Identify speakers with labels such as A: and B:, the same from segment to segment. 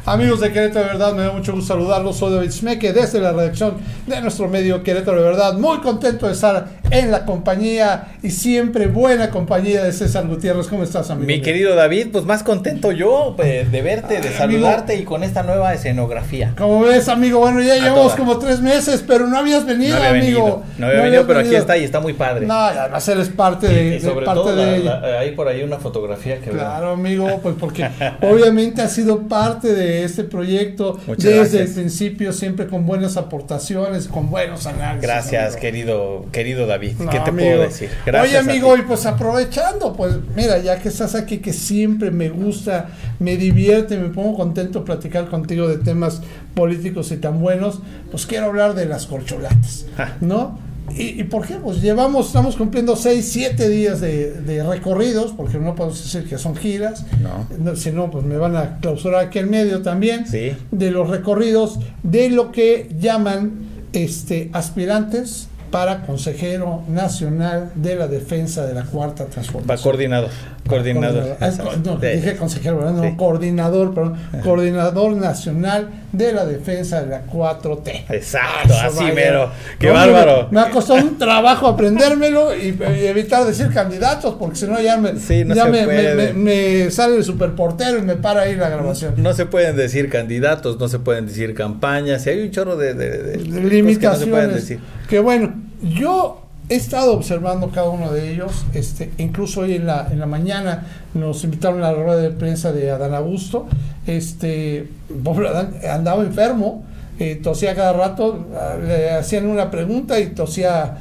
A: Amigos de Querétaro de Verdad, me da mucho gusto saludarlos. Soy David Schmecke desde la redacción de nuestro medio Querétaro de Verdad. Muy contento de estar en la compañía y siempre buena compañía de César Gutiérrez. ¿Cómo estás, amigo?
B: Mi querido David, pues más contento yo de verte, de saludarte y con esta nueva escenografía.
A: Como ves, amigo, bueno, ya llevamos como 3 meses, pero no habías venido, amigo.
B: No había venido, pero aquí está y está muy padre.
A: No, además eres parte de
B: sobre
A: parte
B: todo
A: de ella.
B: Hay por ahí una fotografía que
A: claro,
B: veo.
A: amigo, pues porque obviamente has sido parte de este proyecto.
B: Muchas
A: desde
B: gracias.
A: el principio, siempre con buenas aportaciones, con buenos análisis.
B: Gracias,
A: amigo.
B: querido David.
A: No,
B: ¿Qué te
A: amigo.
B: puedo decir? Gracias.
A: Oye, amigo, y pues aprovechando, pues mira, ya que estás aquí, que siempre me gusta, me divierte, me pongo contento platicar contigo de temas políticos y tan buenos, pues quiero hablar de las corcholatas, ¿no? ¿Y por qué? Pues estamos cumpliendo 6-7 días de recorridos, porque no podemos decir que son giras,
B: No.
A: Si no, pues me van a clausurar aquí en medio también,
B: Sí.
A: de los recorridos de lo que llaman aspirantes para consejero nacional de la defensa de la Cuarta Transformación.
B: Va coordinador.
A: No, dije consejero, ¿verdad? No, sí. Coordinador, perdón. Coordinador nacional de la defensa de la 4T.
B: Exacto, así mero. ¡Qué
A: no,
B: bárbaro!
A: Me ha costado un trabajo aprendérmelo y evitar decir candidatos, porque si no ya me sale el superportero y me para ahí la grabación.
B: No se pueden decir candidatos, no se pueden decir campañas, y hay un chorro de
A: limitaciones.
B: Que no se pueden decir.
A: Que bueno, yo he estado observando cada uno de ellos, incluso hoy en la mañana nos invitaron a la rueda de prensa de Adán Augusto, pobre Adán andaba enfermo, tosía cada rato, le hacían una pregunta y tosía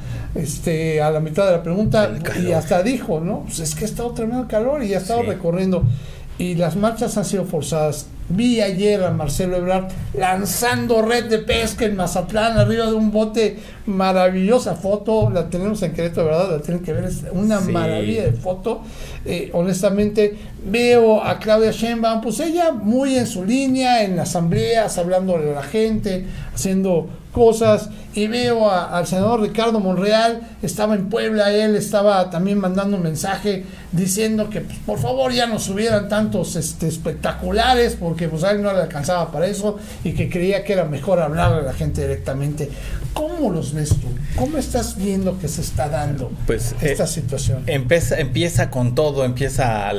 A: a la mitad de la pregunta y hasta dijo, ¿no? Pues es que ha estado tremendo calor y ha estado recorriendo y las marchas han sido forzadas. Vi ayer a Marcelo Ebrard lanzando red de pesca en Mazatlán arriba de un bote, maravillosa foto, la tenemos en Querétaro, ¿verdad? La tienen que ver, es una maravilla de foto. Honestamente, veo a Claudia Sheinbaum, pues ella muy en su línea, en asambleas, hablando de la gente, haciendo cosas, y veo al senador Ricardo Monreal, estaba en Puebla, él estaba también mandando un mensaje diciendo que pues, por favor ya no subieran tantos espectaculares, porque pues a él no le alcanzaba para eso y que creía que era mejor hablarle a la gente directamente. ¿Cómo los ves tú? ¿Cómo estás viendo que se está dando esta situación?
B: Empieza con todo, empieza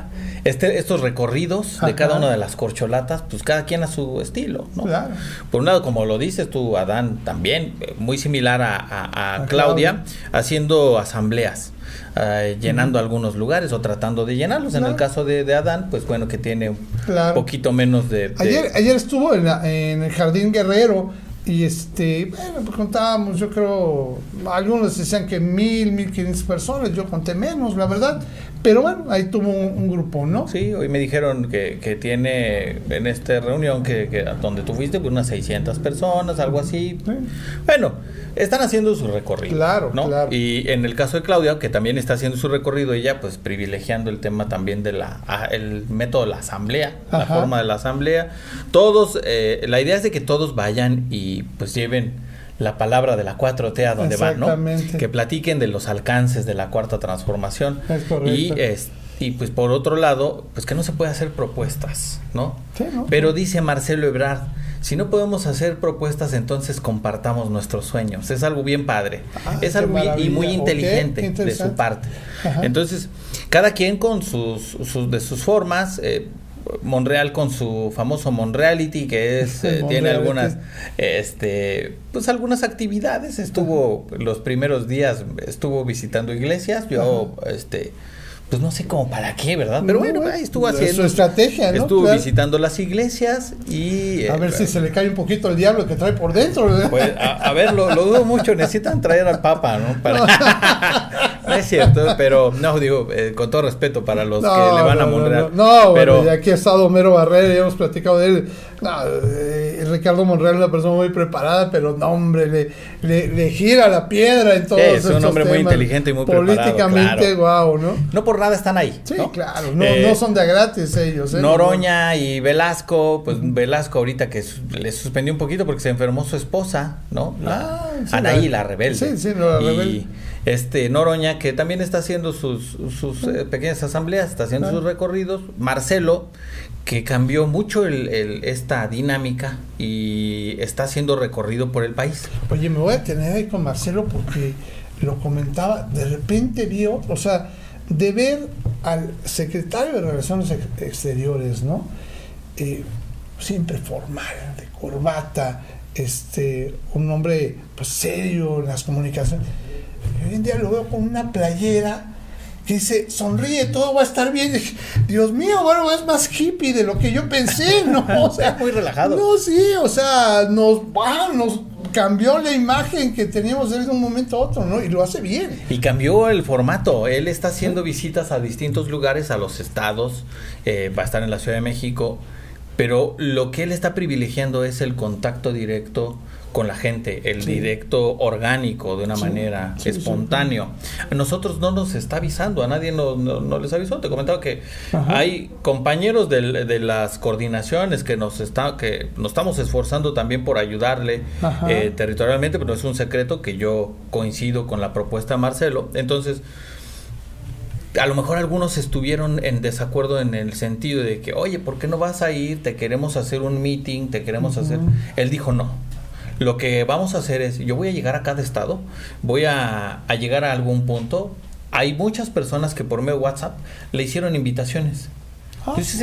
B: estos recorridos de cada una de las corcholatas, pues cada quien a su estilo, ¿no?
A: Claro.
B: Por un lado, como lo dices tú, Adán, también muy similar a Claudia, haciendo asambleas. Llenando algunos lugares o tratando de llenarlos. En el caso de Adán, pues bueno, que tiene un poquito menos de...
A: Ayer estuvo en el Jardín Guerrero y bueno, pues contábamos, yo creo, algunos decían que 1,500 personas, yo conté menos, la verdad, pero bueno, ahí tuvo un grupo, ¿no?
B: Sí, hoy me dijeron que tiene en esta reunión que donde tú fuiste, pues unas 600 personas, algo así. Sí. Bueno, están haciendo su recorrido.
A: Claro,
B: ¿no?
A: claro.
B: Y en el caso de Claudia, que también está haciendo su recorrido, ella pues privilegiando el tema también de el método de la asamblea, la forma de la asamblea. Todos, la idea es de que todos vayan y pues lleven la palabra de la 4T a donde van, ¿no? Que platiquen de los alcances de la Cuarta Transformación.
A: Es correcto.
B: Y pues por otro lado, pues que no se puede hacer propuestas, ¿no?
A: Sí, ¿no?
B: Pero dice Marcelo Ebrard, si no podemos hacer propuestas, entonces compartamos nuestros sueños. Es algo bien padre. Es algo muy inteligente de su parte. Entonces, cada quien con sus formas, Monreal con su famoso Monreality, que es tiene algunas pues algunas actividades. Estuvo los primeros días visitando iglesias. Yo pues no sé cómo para qué, ¿verdad? Pero bueno, ahí estuvo haciendo
A: su estrategia, ¿no?
B: Estuvo visitando las iglesias y
A: a ver si se le cae un poquito el diablo que trae por dentro, ¿verdad?
B: Pues, a ver, lo dudo mucho. Necesitan traer al Papa, ¿no? No es cierto, pero no, digo, con todo respeto para los que le van a Monreal.
A: Pero bueno, aquí ha estado Homero Barrera, ya hemos platicado de él. Ricardo Monreal es una persona muy preparada, pero no, hombre, le gira la piedra en todos estos temas.
B: Es un hombre muy inteligente y muy preparado.
A: Políticamente, guau, ¿no?
B: No por nada están ahí.
A: Sí, ¿no? Claro, no son de gratis ellos.
B: Noroña y Velasco, pues Velasco ahorita que le suspendió un poquito porque se enfermó su esposa, ¿no? Anaí, la rebelde.
A: Sí, la rebelde.
B: Y Noroña, que también está haciendo sus pequeñas asambleas, está haciendo sus recorridos. Marcelo, que cambió mucho esta dinámica y está haciendo recorrido por el país.
A: Oye, me voy a tener ahí con Marcelo porque lo comentaba, de repente vio, o sea, de ver al secretario de Relaciones Exteriores, ¿no? Siempre formal, de corbata, un hombre pues serio en las comunicaciones. Hoy en día lo veo con una playera que dice, sonríe, todo va a estar bien. Dios mío, bueno, es más hippie de lo que yo pensé, ¿no? O sea,
B: muy relajado.
A: No, sí, o sea, nos cambió la imagen que teníamos de un momento a otro, ¿no? Y lo hace bien.
B: Y cambió el formato. Él está haciendo visitas a distintos lugares, a los estados, va a estar en la Ciudad de México, pero lo que él está privilegiando es el contacto directo con la gente, el directo orgánico, de una manera espontáneo. A nosotros no nos está avisando, a nadie no les avisó. Te comentaba que hay compañeros de las coordinaciones que nos estamos esforzando también por ayudarle territorialmente, pero no es un secreto que yo coincido con la propuesta de Marcelo. Entonces, a lo mejor algunos estuvieron en desacuerdo en el sentido de que, oye, ¿por qué no vas a ir? Te queremos hacer un meeting, te queremos hacer... Él dijo no. Lo que vamos a hacer es, yo voy a llegar a cada estado, voy a llegar a algún punto. Hay muchas personas que por medio de WhatsApp le hicieron invitaciones. Entonces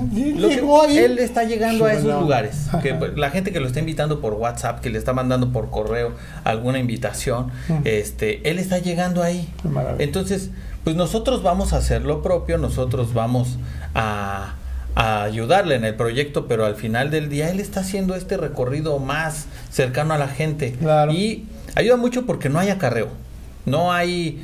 B: él está llegando a esos lugares. Que la gente que lo está invitando por WhatsApp, que le está mandando por correo alguna invitación, él está llegando ahí. Entonces, pues nosotros vamos a hacer lo propio, nosotros vamos a ayudarle en el proyecto, pero al final del día él está haciendo este recorrido más cercano a la gente. Claro. Y ayuda mucho porque no hay acarreo, no hay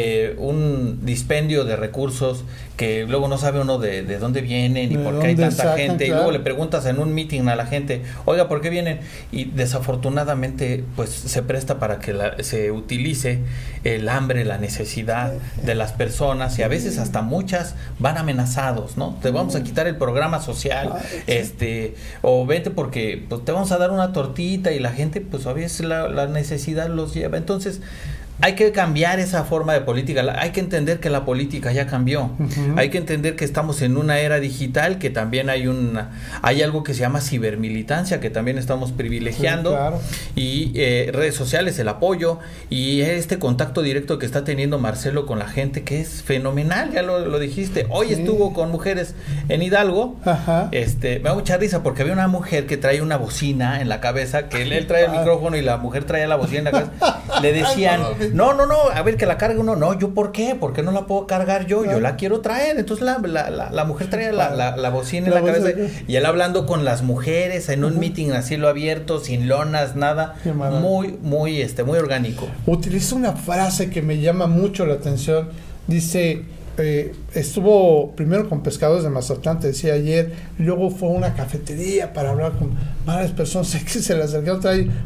B: un dispendio de recursos que luego no sabe uno de dónde vienen y por qué hay tanta gente, y luego le preguntas en un meeting a la gente, oiga, ¿por qué vienen? Y desafortunadamente pues se presta para que se utilice el hambre, la necesidad de las personas, y a veces hasta muchas van amenazados, ¿no? Te vamos a quitar el programa social, o vete porque pues, te vamos a dar una tortita, y la gente pues a veces la necesidad los lleva. Entonces hay que cambiar esa forma de política, hay que entender que la política ya cambió, hay que entender que estamos en una era digital, que también hay algo que se llama cibermilitancia, que también estamos privilegiando, y redes sociales, el apoyo, y este contacto directo que está teniendo Marcelo con la gente, que es fenomenal, ya lo dijiste. Hoy estuvo con mujeres en Hidalgo, me da mucha risa porque había una mujer que trae una bocina en la cabeza, que él trae el micrófono y la mujer trae la bocina en la cabeza, le decían... No, a ver, que la cargue uno. No, ¿yo por qué? ¿Por qué no la puedo cargar yo? Yo la quiero traer. Entonces la mujer trae la bocina en la cabeza, y él hablando con las mujeres en un meeting a cielo abierto, sin lonas, nada. Muy orgánico.
A: Utiliza una frase que me llama mucho la atención. Dice, estuvo primero con pescadores de Mazatlán, te decía ayer, luego fue a una cafetería para hablar con varias personas que se le acercaron,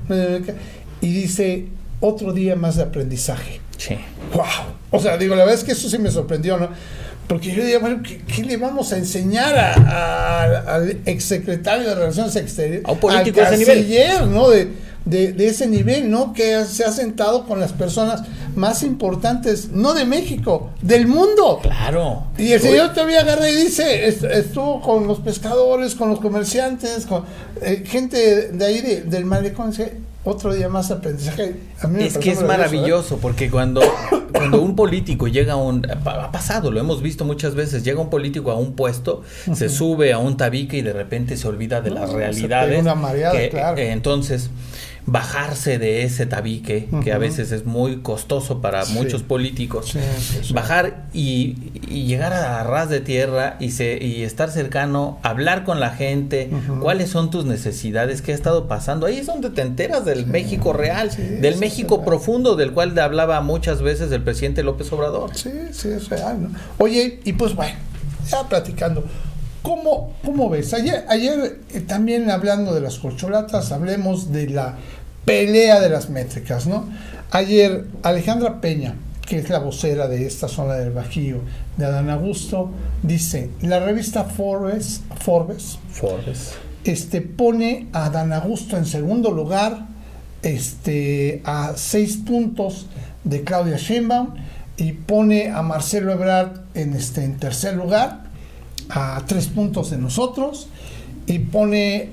A: y dice... Otro día más de aprendizaje.
B: Sí.
A: ¡Wow! O sea, digo, la verdad es que eso sí me sorprendió, ¿no? Porque yo diría, bueno, ¿qué le vamos a enseñar al exsecretario de Relaciones Exteriores?
B: A un político
A: de
B: ese nivel,
A: ¿no? De ese nivel, ¿no? Que se ha sentado con las personas más importantes, no de México, del mundo.
B: Claro.
A: Y el señor todavía agarra y dice, estuvo con los pescadores, con los comerciantes, con gente de ahí del malecón. Otro día más de aprendizaje.
B: Es que es maravilloso, porque cuando un político llega ha pasado, lo hemos visto muchas veces, llega un político a un puesto, se sube a un tabique y de repente se olvida de las realidades.
A: Una mareada, claro.
B: Entonces, bajarse de ese tabique, que a veces es muy costoso para muchos políticos, bajar y llegar a ras de tierra y estar cercano, hablar con la gente, cuáles son tus necesidades, qué ha estado pasando. Ahí es donde te enteras del México real, del México profundo, del cual hablaba muchas veces el presidente López Obrador.
A: Sí, es real, ¿no? Oye, y pues bueno, ya platicando, ¿Cómo ves? Ayer también hablando de las corcholatas, hablemos de la pelea de las métricas, ¿no? Ayer Alejandra Peña, que es la vocera de esta zona del Bajío, de Adán Augusto, dice, la revista Forbes pone a Adán Augusto en segundo lugar a 6 puntos de Claudia Sheinbaum, y pone a Marcelo Ebrard en tercer lugar, a 3 puntos de nosotros, y pone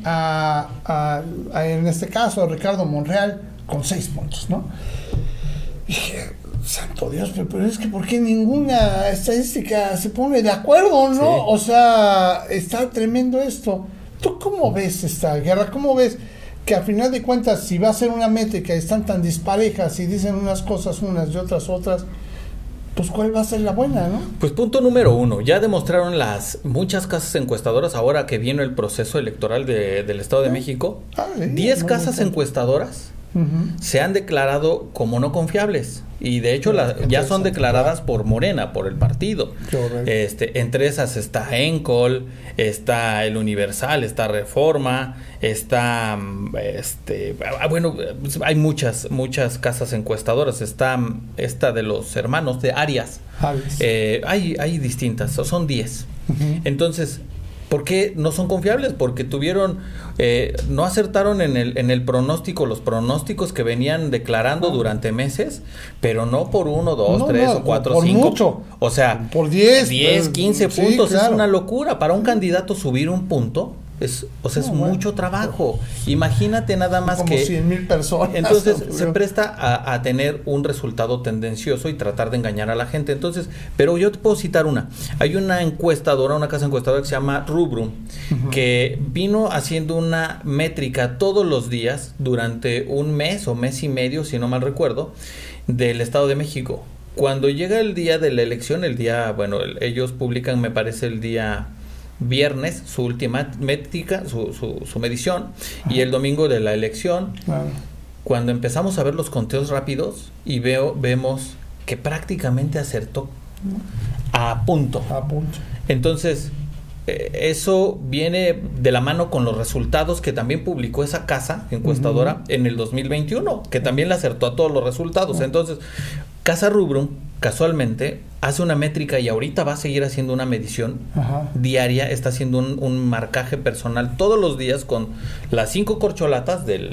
A: en este caso a Ricardo Monreal con 6 puntos, ¿no? Y dije, santo Dios, pero es que ¿por qué ninguna estadística se pone de acuerdo, no? Sí. O sea, está tremendo esto. ¿Tú cómo ves esta guerra? ¿Cómo ves que a final de cuentas, si va a ser una métrica y están tan disparejas y dicen unas cosas unas y otras, pues cuál va a ser la buena, ¿no?
B: Pues punto número 1, ya demostraron muchas casas encuestadoras ahora que viene el proceso electoral del Estado de México, 10 casas encuestadoras se han declarado como no confiables, y de hecho ya son declaradas por Morena, por el partido. Entre esas está Encol, está El Universal, está Reforma, está bueno, hay muchas casas encuestadoras, está esta de los hermanos de Arias. Hay distintas, son 10. Entonces, ¿por qué no son confiables? Porque no acertaron en el pronóstico, los pronósticos que venían declarando durante meses, pero no por 1, 2, 3 o 4, 5.
A: Mucho.
B: O sea,
A: por 10,
B: 15 puntos, claro. Es una locura. Para un candidato subir un punto es mucho trabajo. Imagínate nada más
A: como
B: que
A: 100,000 personas.
B: Entonces se presta a tener un resultado tendencioso y tratar de engañar a la gente. Entonces, pero yo te puedo citar hay una casa encuestadora que se llama Rubrum, que vino haciendo una métrica todos los días durante un mes o mes y medio, si no mal recuerdo, del Estado de México. Cuando llega el día de la elección, ellos publican, me parece, el día viernes su última métrica, su medición, y el domingo de la elección, cuando empezamos a ver los conteos rápidos y vemos que prácticamente acertó a punto. Entonces, eso viene de la mano con los resultados que también publicó esa casa encuestadora en el 2021, que también le acertó a todos los resultados. Entonces, Casa Rubrum, casualmente, hace una métrica y ahorita va a seguir haciendo una medición diaria, está haciendo un marcaje personal todos los días con las 5 corcholatas de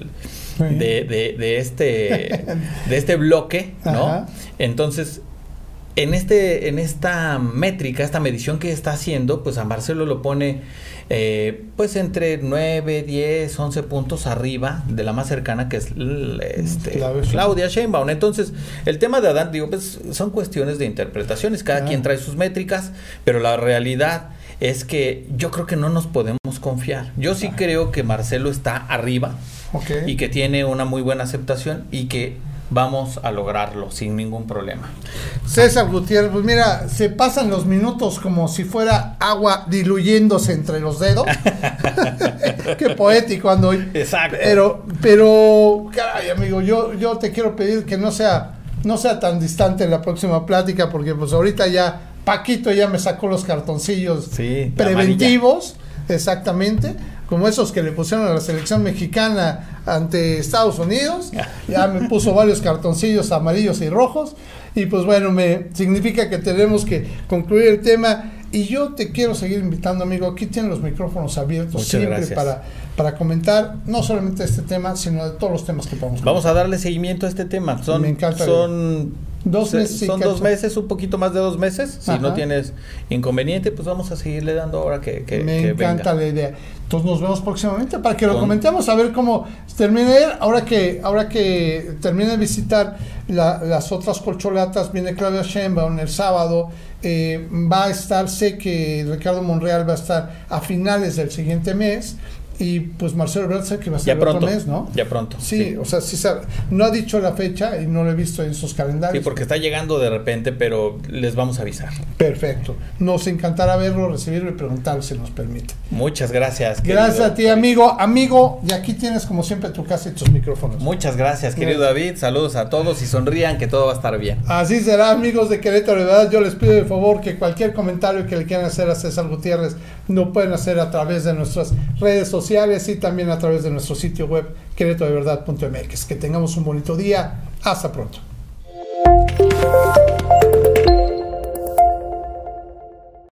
B: este bloque, ¿no? Entonces, en esta métrica, esta medición que está haciendo, pues a Marcelo lo pone pues entre 9, 10, 11 puntos arriba de la más cercana, que es Claudia Sheinbaum. Entonces, el tema de Adán, pues son cuestiones de interpretaciones, cada quien trae sus métricas, pero la realidad es que yo creo que no nos podemos confiar. Yo sí creo que Marcelo está arriba y que tiene una muy buena aceptación y que vamos a lograrlo sin ningún problema.
A: César Gutiérrez, pues mira, se pasan los minutos como si fuera agua diluyéndose entre los dedos. Qué poético ando hoy.
B: Exacto.
A: Pero caray, amigo, yo te quiero pedir que no sea tan distante la próxima plática, porque pues ahorita ya Paquito ya me sacó los cartoncillos preventivos, exactamente, como esos que le pusieron a la selección mexicana ante Estados Unidos. Ya me puso varios cartoncillos amarillos y rojos, y pues bueno, me significa que tenemos que concluir el tema, y yo te quiero seguir invitando, amigo. Aquí tienen los micrófonos abiertos. Muchas siempre gracias. Para comentar no solamente este tema, sino de todos los temas que podamos comentar.
B: Vamos a darle seguimiento a este tema.
A: Me encanta.
B: Son
A: 2 meses.
B: Son 2 meses, un poquito más de 2 meses. Si no tienes inconveniente, pues vamos a seguirle dando ahora que
A: me encanta la idea. Entonces nos vemos próximamente para que lo comentemos, a ver cómo termina él. Ahora que termine de visitar las otras corcholatas, viene Claudia Sheinbaum el sábado. Va a estar, sé que Ricardo Monreal va a estar a finales del siguiente mes. Y pues Marcelo Ebrard sé que va a ser el otro mes, ¿no?
B: Ya pronto.
A: Sí, o sea, sí sabe. No ha dicho la fecha y no lo he visto en sus calendarios.
B: Sí, porque está llegando de repente, pero les vamos a avisar.
A: Perfecto. Nos encantará verlo, recibirlo y preguntarle si nos permite.
B: Muchas gracias.
A: Gracias a ti, amigo. Y aquí tienes como siempre tu casa y tus micrófonos.
B: Muchas gracias, querido David. Saludos a todos y sonrían, que todo va a estar bien.
A: Así será, amigos de Querétaro. De verdad, yo les pido de favor que cualquier comentario que le quieran hacer a César Gutiérrez lo pueden hacer a través de nuestras redes sociales y también a través de nuestro sitio web queretodeverdad.mx. Que tengamos un bonito día. Hasta pronto.